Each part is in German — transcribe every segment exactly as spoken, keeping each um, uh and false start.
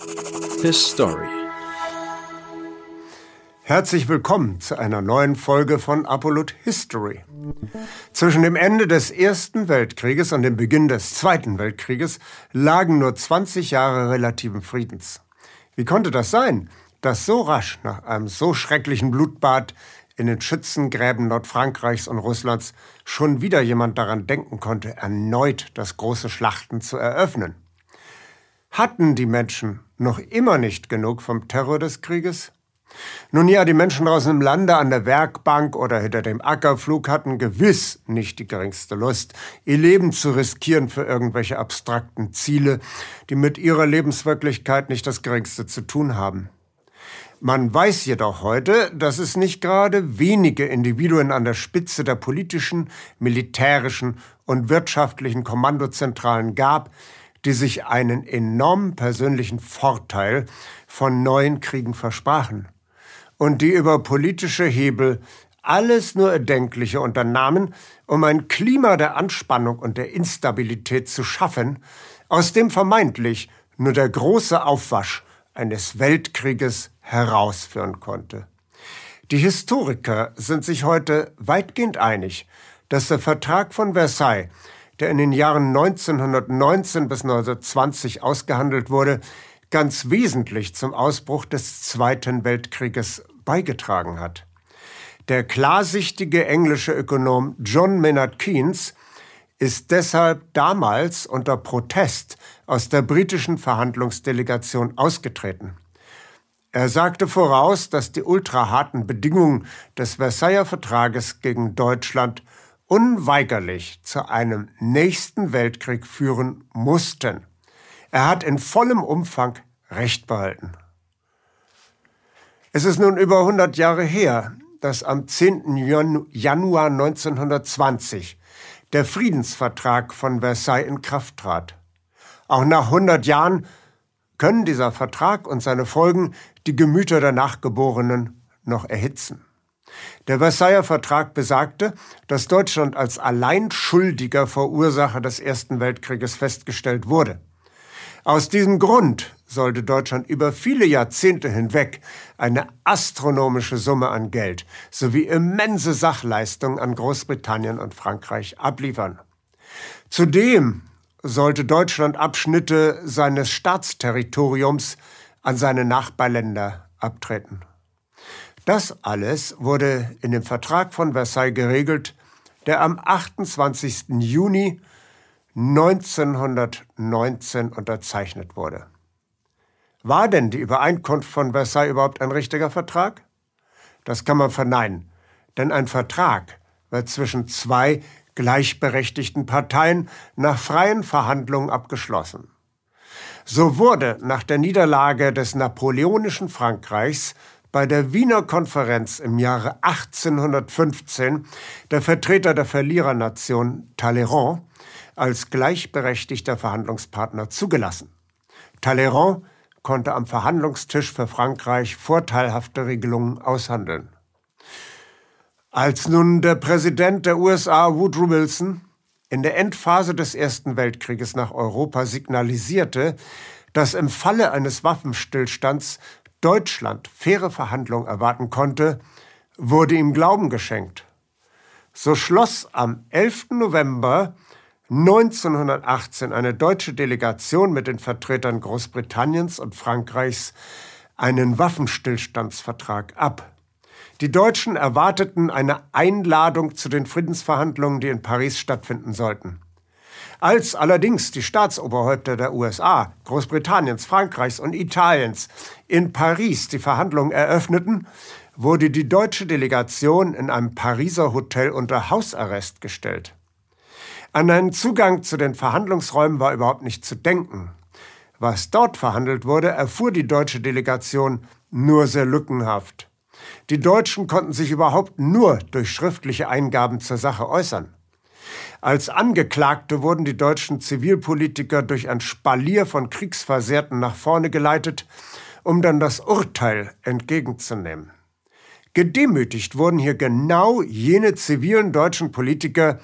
His Story. Herzlich willkommen zu einer neuen Folge von Apollut History. Zwischen dem Ende des Ersten Weltkrieges und dem Beginn des Zweiten Weltkrieges lagen nur zwanzig Jahre relativen Friedens. Wie konnte das sein, dass so rasch nach einem so schrecklichen Blutbad in den Schützengräben Nordfrankreichs und Russlands schon wieder jemand daran denken konnte, erneut das große Schlachten zu eröffnen? Hatten die Menschen noch immer nicht genug vom Terror des Krieges? Nun ja, die Menschen draußen im Lande an der Werkbank oder hinter dem Ackerpflug hatten gewiss nicht die geringste Lust, ihr Leben zu riskieren für irgendwelche abstrakten Ziele, die mit ihrer Lebenswirklichkeit nicht das geringste zu tun haben. Man weiß jedoch heute, dass es nicht gerade wenige Individuen an der Spitze der politischen, militärischen und wirtschaftlichen Kommandozentralen gab, die sich einen enormen persönlichen Vorteil von neuen Kriegen versprachen und die über politische Hebel alles nur Erdenkliche unternahmen, um ein Klima der Anspannung und der Instabilität zu schaffen, aus dem vermeintlich nur der große Aufwasch eines Weltkrieges herausführen konnte. Die Historiker sind sich heute weitgehend einig, dass der Vertrag von Versailles, der in den Jahren neunzehnhundertneunzehn bis neunzehnhundertzwanzig ausgehandelt wurde, ganz wesentlich zum Ausbruch des Zweiten Weltkrieges beigetragen hat. Der klarsichtige englische Ökonom John Maynard Keynes ist deshalb damals unter Protest aus der britischen Verhandlungsdelegation ausgetreten. Er sagte voraus, dass die ultraharten Bedingungen des Versailler Vertrages gegen Deutschland unweigerlich zu einem nächsten Weltkrieg führen mussten. Er hat in vollem Umfang Recht behalten. Es ist nun über hundert Jahre her, dass am zehnten Januar neunzehnhundertzwanzig der Friedensvertrag von Versailles in Kraft trat. Auch nach hundert Jahren können dieser Vertrag und seine Folgen die Gemüter der Nachgeborenen noch erhitzen. Der Versailler Vertrag besagte, dass Deutschland als allein schuldiger Verursacher des Ersten Weltkrieges festgestellt wurde. Aus diesem Grund sollte Deutschland über viele Jahrzehnte hinweg eine astronomische Summe an Geld sowie immense Sachleistungen an Großbritannien und Frankreich abliefern. Zudem sollte Deutschland Abschnitte seines Staatsterritoriums an seine Nachbarländer abtreten. Das alles wurde in dem Vertrag von Versailles geregelt, der am achtundzwanzigsten Juni neunzehnhundertneunzehn unterzeichnet wurde. War denn die Übereinkunft von Versailles überhaupt ein richtiger Vertrag? Das kann man verneinen, denn ein Vertrag wird zwischen zwei gleichberechtigten Parteien nach freien Verhandlungen abgeschlossen. So wurde nach der Niederlage des napoleonischen Frankreichs bei der Wiener Konferenz im Jahre achtzehnhundertfünfzehn der Vertreter der Verlierernation Talleyrand als gleichberechtigter Verhandlungspartner zugelassen. Talleyrand konnte am Verhandlungstisch für Frankreich vorteilhafte Regelungen aushandeln. Als nun der Präsident der U S A, Woodrow Wilson, in der Endphase des Ersten Weltkrieges nach Europa signalisierte, dass im Falle eines Waffenstillstands Deutschland faire Verhandlungen erwarten konnte, wurde ihm Glauben geschenkt. So schloss am elften November neunzehnhundertachtzehn eine deutsche Delegation mit den Vertretern Großbritanniens und Frankreichs einen Waffenstillstandsvertrag ab. Die Deutschen erwarteten eine Einladung zu den Friedensverhandlungen, die in Paris stattfinden sollten. Als allerdings die Staatsoberhäupter der U S A, Großbritanniens, Frankreichs und Italiens in Paris die Verhandlungen eröffneten, wurde die deutsche Delegation in einem Pariser Hotel unter Hausarrest gestellt. An einen Zugang zu den Verhandlungsräumen war überhaupt nicht zu denken. Was dort verhandelt wurde, erfuhr die deutsche Delegation nur sehr lückenhaft. Die Deutschen konnten sich überhaupt nur durch schriftliche Eingaben zur Sache äußern. Als Angeklagte wurden die deutschen Zivilpolitiker durch ein Spalier von Kriegsversehrten nach vorne geleitet, um dann das Urteil entgegenzunehmen. Gedemütigt wurden hier genau jene zivilen deutschen Politiker,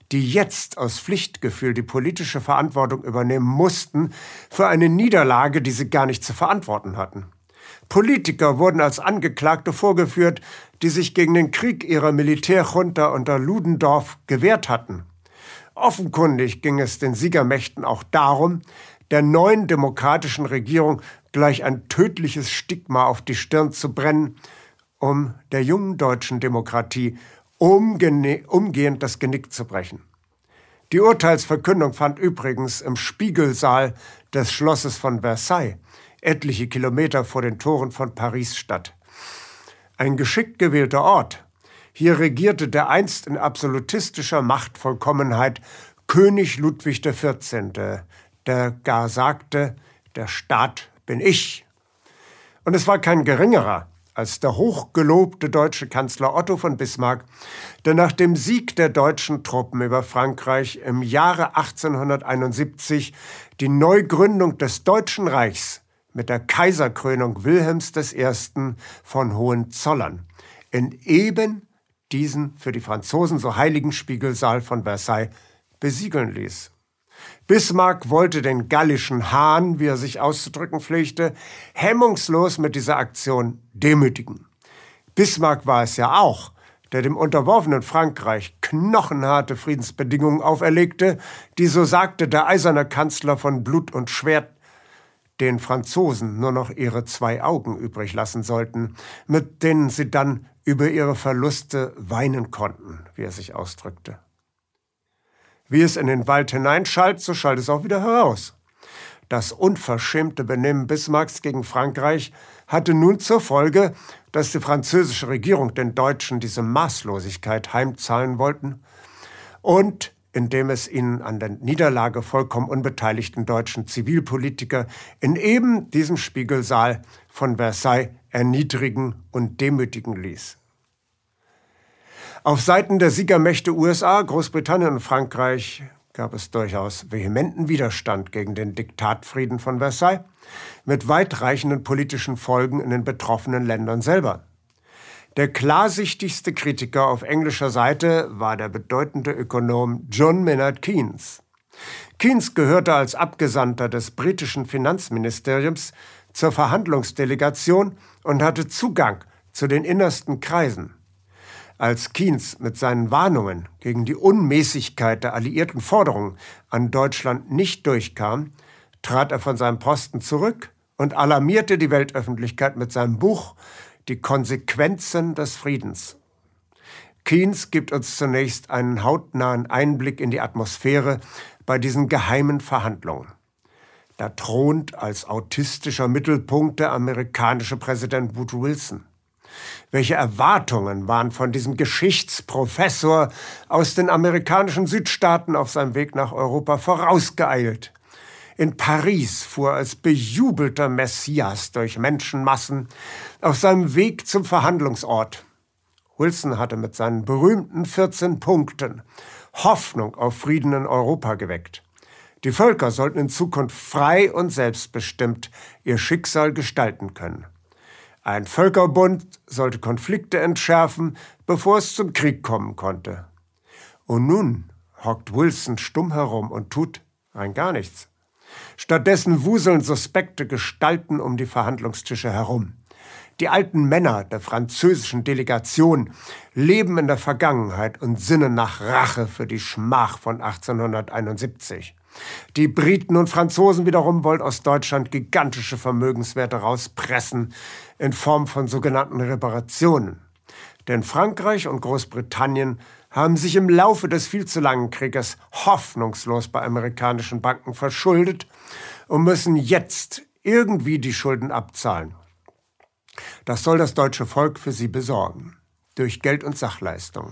die jetzt aus Pflichtgefühl die politische Verantwortung übernehmen mussten für eine Niederlage, die sie gar nicht zu verantworten hatten. Politiker wurden als Angeklagte vorgeführt, die sich gegen den Krieg ihrer Militärjunta unter Ludendorff gewehrt hatten. Offenkundig ging es den Siegermächten auch darum, der neuen demokratischen Regierung gleich ein tödliches Stigma auf die Stirn zu brennen, um der jungen deutschen Demokratie umge- umgehend das Genick zu brechen. Die Urteilsverkündung fand übrigens im Spiegelsaal des Schlosses von Versailles, etliche Kilometer vor den Toren von Paris statt. Ein geschickt gewählter Ort. Hier regierte der einst in absolutistischer Machtvollkommenheit König Ludwig der Vierzehnte, der gar sagte, der Staat bin ich. Und es war kein geringerer als der hochgelobte deutsche Kanzler Otto von Bismarck, der nach dem Sieg der deutschen Truppen über Frankreich im Jahre achtzehnhunderteinundsiebzig die Neugründung des Deutschen Reichs mit der Kaiserkrönung Wilhelms der Ersten von Hohenzollern in eben diesen für die Franzosen so heiligen Spiegelsaal von Versailles besiegeln ließ. Bismarck wollte den gallischen Hahn, wie er sich auszudrücken pflegte, hemmungslos mit dieser Aktion demütigen. Bismarck war es ja auch, der dem unterworfenen Frankreich knochenharte Friedensbedingungen auferlegte, die, so sagte der eiserne Kanzler von Blut und Schwert, den Franzosen nur noch ihre zwei Augen übrig lassen sollten, mit denen sie dann über ihre Verluste weinen konnten, wie er sich ausdrückte. Wie es in den Wald hineinschallt, so schallt es auch wieder heraus. Das unverschämte Benehmen Bismarcks gegen Frankreich hatte nun zur Folge, dass die französische Regierung den Deutschen diese Maßlosigkeit heimzahlen wollten und indem es ihnen an der Niederlage vollkommen unbeteiligten deutschen Zivilpolitiker in eben diesem Spiegelsaal von Versailles erniedrigen und demütigen ließ. Auf Seiten der Siegermächte U S A, Großbritannien und Frankreich gab es durchaus vehementen Widerstand gegen den Diktatfrieden von Versailles mit weitreichenden politischen Folgen in den betroffenen Ländern selber. Der klarsichtigste Kritiker auf englischer Seite war der bedeutende Ökonom John Maynard Keynes. Keynes gehörte als Abgesandter des britischen Finanzministeriums zur Verhandlungsdelegation und hatte Zugang zu den innersten Kreisen. Als Keynes mit seinen Warnungen gegen die Unmäßigkeit der alliierten Forderungen an Deutschland nicht durchkam, trat er von seinem Posten zurück und alarmierte die Weltöffentlichkeit mit seinem Buch »Die Konsequenzen des Friedens«. Keynes gibt uns zunächst einen hautnahen Einblick in die Atmosphäre bei diesen geheimen Verhandlungen. Da thront als autistischer Mittelpunkt der amerikanische Präsident Woodrow Wilson. Welche Erwartungen waren von diesem Geschichtsprofessor aus den amerikanischen Südstaaten auf seinem Weg nach Europa vorausgeeilt? In Paris fuhr er als bejubelter Messias durch Menschenmassen auf seinem Weg zum Verhandlungsort. Wilson hatte mit seinen berühmten vierzehn Punkten Hoffnung auf Frieden in Europa geweckt. Die Völker sollten in Zukunft frei und selbstbestimmt ihr Schicksal gestalten können. Ein Völkerbund sollte Konflikte entschärfen, bevor es zum Krieg kommen konnte. Und nun hockt Wilson stumm herum und tut rein gar nichts. Stattdessen wuseln suspekte Gestalten um die Verhandlungstische herum. Die alten Männer der französischen Delegation leben in der Vergangenheit und sinnen nach Rache für die Schmach von achtzehnhunderteinundsiebzig. Die Briten und Franzosen wiederum wollen aus Deutschland gigantische Vermögenswerte rauspressen in Form von sogenannten Reparationen. Denn Frankreich und Großbritannien haben sich im Laufe des viel zu langen Krieges hoffnungslos bei amerikanischen Banken verschuldet und müssen jetzt irgendwie die Schulden abzahlen. Das soll das deutsche Volk für sie besorgen, durch Geld und Sachleistungen.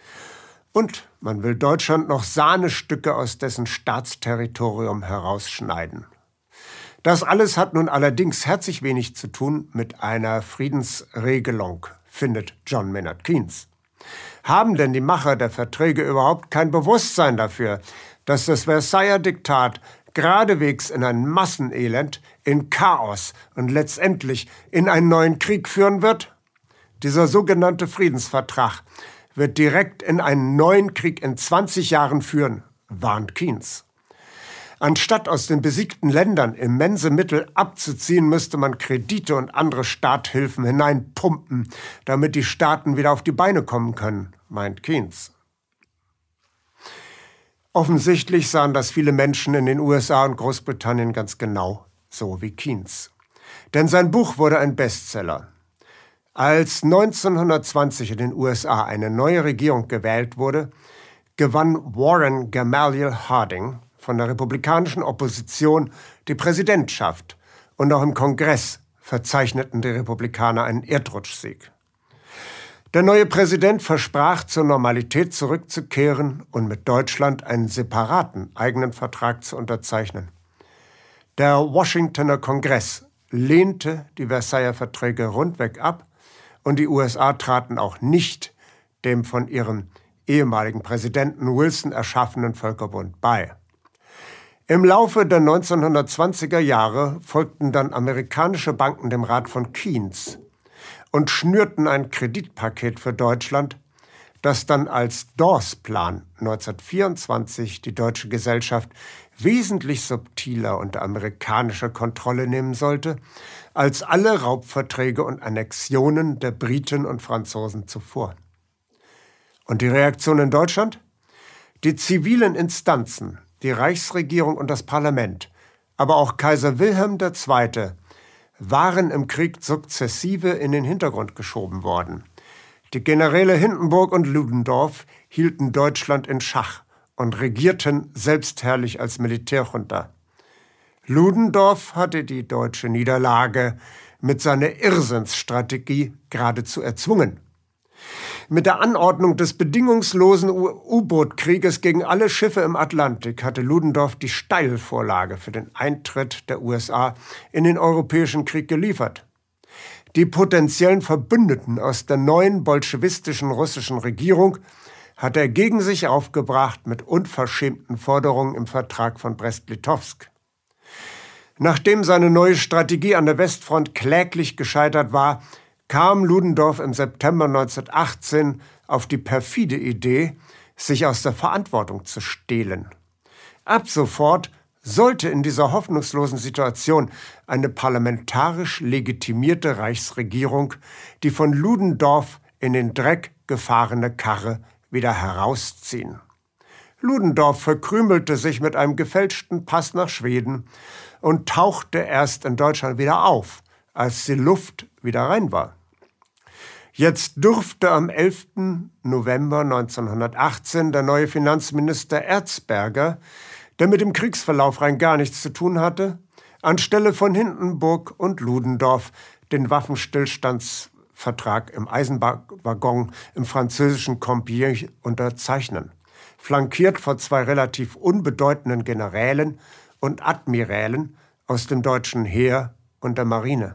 Und man will Deutschland noch Sahnestücke aus dessen Staatsterritorium herausschneiden. Das alles hat nun allerdings herzlich wenig zu tun mit einer Friedensregelung, findet John Maynard Keynes. Haben denn die Macher der Verträge überhaupt kein Bewusstsein dafür, dass das Versailler Diktat geradewegs in ein Massenelend, in Chaos und letztendlich in einen neuen Krieg führen wird? Dieser sogenannte Friedensvertrag wird direkt in einen neuen Krieg in zwanzig Jahren führen, warnt Keynes. Anstatt aus den besiegten Ländern immense Mittel abzuziehen, müsste man Kredite und andere Starthilfen hineinpumpen, damit die Staaten wieder auf die Beine kommen können, meint Keynes. Offensichtlich sahen das viele Menschen in den U S A und Großbritannien ganz genau, so wie Keynes. Denn sein Buch wurde ein Bestseller. Als neunzehnhundertzwanzig in den U S A eine neue Regierung gewählt wurde, gewann Warren Gamaliel Harding von der republikanischen Opposition die Präsidentschaft und auch im Kongress verzeichneten die Republikaner einen Erdrutschsieg. Der neue Präsident versprach, zur Normalität zurückzukehren und mit Deutschland einen separaten eigenen Vertrag zu unterzeichnen. Der Washingtoner Kongress lehnte die Versailler Verträge rundweg ab und die U S A traten auch nicht dem von ihrem ehemaligen Präsidenten Wilson erschaffenen Völkerbund bei. Im Laufe der neunzehnhundertzwanziger Jahre folgten dann amerikanische Banken dem Rat von Keynes und schnürten ein Kreditpaket für Deutschland, das dann als Dawes-Plan neunzehnhundertvierundzwanzig die deutsche Gesellschaft wesentlich subtiler unter amerikanischer Kontrolle nehmen sollte, als alle Raubverträge und Annexionen der Briten und Franzosen zuvor. Und die Reaktion in Deutschland? Die zivilen Instanzen, die Reichsregierung und das Parlament, aber auch Kaiser Wilhelm der Zweite, waren im Krieg sukzessive in den Hintergrund geschoben worden. Die Generäle Hindenburg und Ludendorff hielten Deutschland in Schach und regierten selbstherrlich als Militärjunta. Ludendorff hatte die deutsche Niederlage mit seiner Irrsinnsstrategie geradezu erzwungen. Mit der Anordnung des bedingungslosen U-Boot-Krieges gegen alle Schiffe im Atlantik hatte Ludendorff die Steilvorlage für den Eintritt der U S A in den Europäischen Krieg geliefert. Die potenziellen Verbündeten aus der neuen bolschewistischen russischen Regierung hatte er gegen sich aufgebracht mit unverschämten Forderungen im Vertrag von Brest-Litowsk. Nachdem seine neue Strategie an der Westfront kläglich gescheitert war, kam Ludendorff im September neunzehnhundertachtzehn auf die perfide Idee, sich aus der Verantwortung zu stehlen. Ab sofort sollte in dieser hoffnungslosen Situation eine parlamentarisch legitimierte Reichsregierung die von Ludendorff in den Dreck gefahrene Karre wieder herausziehen. Ludendorff verkrümelte sich mit einem gefälschten Pass nach Schweden und tauchte erst in Deutschland wieder auf, als die Luft wieder rein war. Jetzt durfte am elften November neunzehnhundertachtzehn der neue Finanzminister Erzberger, der mit dem Kriegsverlauf rein gar nichts zu tun hatte, anstelle von Hindenburg und Ludendorff den Waffenstillstandsvertrag im Eisenbahnwaggon im französischen Compiègne unterzeichnen, flankiert von zwei relativ unbedeutenden Generälen und Admirälen aus dem deutschen Heer und der Marine.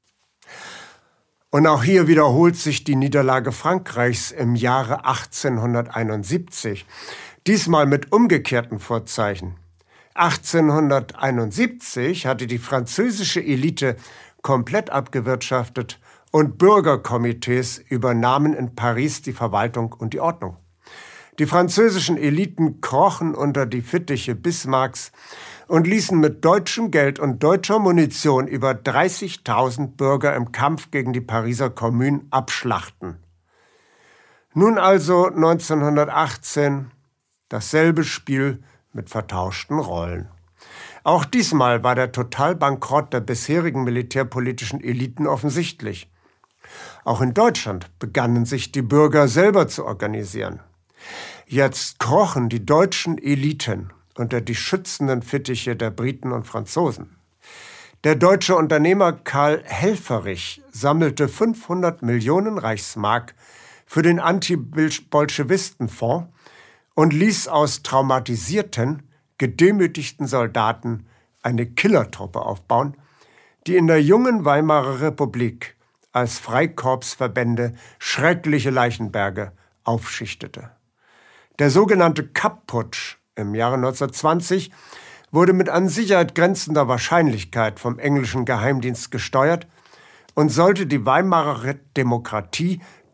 Und auch hier wiederholt sich die Niederlage Frankreichs im Jahre achtzehnhunderteinundsiebzig, diesmal mit umgekehrten Vorzeichen. achtzehnhunderteinundsiebzig hatte die französische Elite komplett abgewirtschaftet und Bürgerkomitees übernahmen in Paris die Verwaltung und die Ordnung. Die französischen Eliten krochen unter die Fittiche Bismarcks und ließen mit deutschem Geld und deutscher Munition über dreißigtausend Bürger im Kampf gegen die Pariser Kommune abschlachten. Nun also neunzehnhundertachtzehn dasselbe Spiel mit vertauschten Rollen. Auch diesmal war der Totalbankrott der bisherigen militärpolitischen Eliten offensichtlich. Auch in Deutschland begannen sich die Bürger selber zu organisieren. Jetzt krochen die deutschen Eliten unter die schützenden Fittiche der Briten und Franzosen. Der deutsche Unternehmer Karl Helfferich sammelte fünfhundert Millionen Reichsmark für den Anti-Bolschewistenfonds und ließ aus traumatisierten, gedemütigten Soldaten eine Killertruppe aufbauen, die in der jungen Weimarer Republik als Freikorpsverbände schreckliche Leichenberge aufschichtete. Der sogenannte Kapp-Putsch im Jahre neunzehnhundertzwanzig wurde mit an Sicherheit grenzender Wahrscheinlichkeit vom englischen Geheimdienst gesteuert und sollte die Weimarer Demokratie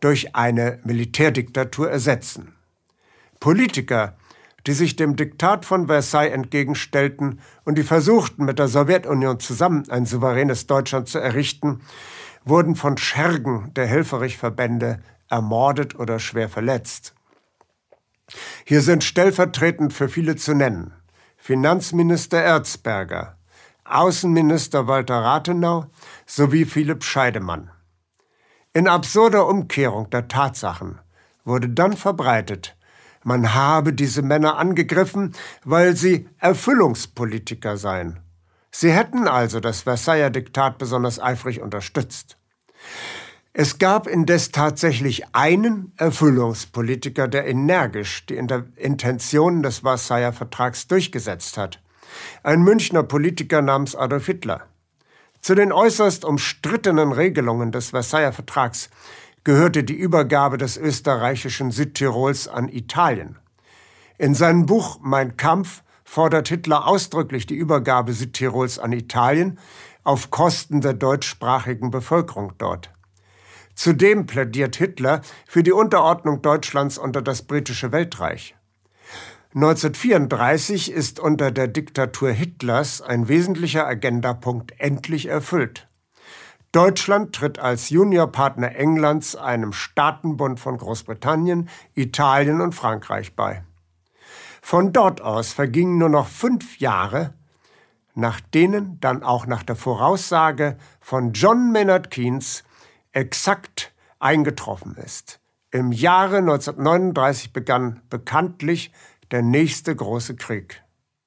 durch eine Militärdiktatur ersetzen. Politiker, die sich dem Diktat von Versailles entgegenstellten und die versuchten, mit der Sowjetunion zusammen ein souveränes Deutschland zu errichten, wurden von Schergen der Helferichverbände ermordet oder schwer verletzt. Hier sind stellvertretend für viele zu nennen: Finanzminister Erzberger, Außenminister Walter Rathenau sowie Philipp Scheidemann. In absurder Umkehrung der Tatsachen wurde dann verbreitet, man habe diese Männer angegriffen, weil sie Erfüllungspolitiker seien. Sie hätten also das Versailler Diktat besonders eifrig unterstützt. Es gab indes tatsächlich einen Erfüllungspolitiker, der energisch die Intentionen des Versailler Vertrags durchgesetzt hat. Ein Münchner Politiker namens Adolf Hitler. Zu den äußerst umstrittenen Regelungen des Versailler Vertrags gehörte die Übergabe des österreichischen Südtirols an Italien. In seinem Buch Mein Kampf fordert Hitler ausdrücklich die Übergabe Südtirols an Italien auf Kosten der deutschsprachigen Bevölkerung dort. Zudem plädiert Hitler für die Unterordnung Deutschlands unter das britische Weltreich. neunzehnhundertvierunddreißig ist unter der Diktatur Hitlers ein wesentlicher Agendapunkt endlich erfüllt. Deutschland tritt als Juniorpartner Englands einem Staatenbund von Großbritannien, Italien und Frankreich bei. Von dort aus vergingen nur noch fünf Jahre, nach denen dann auch nach der Voraussage von John Maynard Keynes exakt eingetroffen ist. Im Jahre neunzehnhundertneununddreißig begann bekanntlich der nächste große Krieg.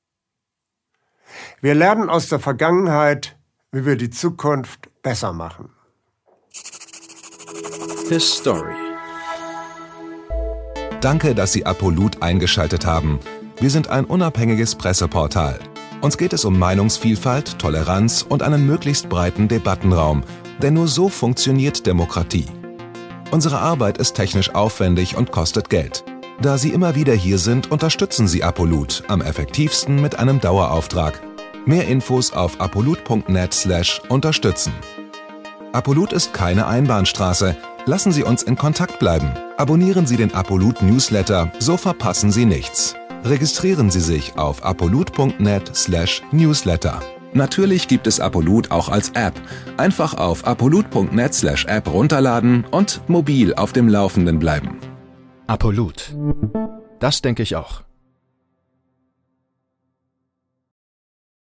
Wir lernen aus der Vergangenheit, wie wir die Zukunft besser machen. His Story. Danke, dass Sie Apolut eingeschaltet haben. Wir sind ein unabhängiges Presseportal. Uns geht es um Meinungsvielfalt, Toleranz und einen möglichst breiten Debattenraum, denn nur so funktioniert Demokratie. Unsere Arbeit ist technisch aufwendig und kostet Geld. Da Sie immer wieder hier sind, unterstützen Sie Apolut am effektivsten mit einem Dauerauftrag. Mehr Infos auf apolut punkt net slash unterstützen. Apolut ist keine Einbahnstraße. Lassen Sie uns in Kontakt bleiben. Abonnieren Sie den Apolut Newsletter, so verpassen Sie nichts. Registrieren Sie sich auf apolut punkt net slash newsletter. Natürlich gibt es Apolut auch als App. Einfach auf apolut punkt net slash app runterladen und mobil auf dem Laufenden bleiben. Apolut. Das denke ich auch.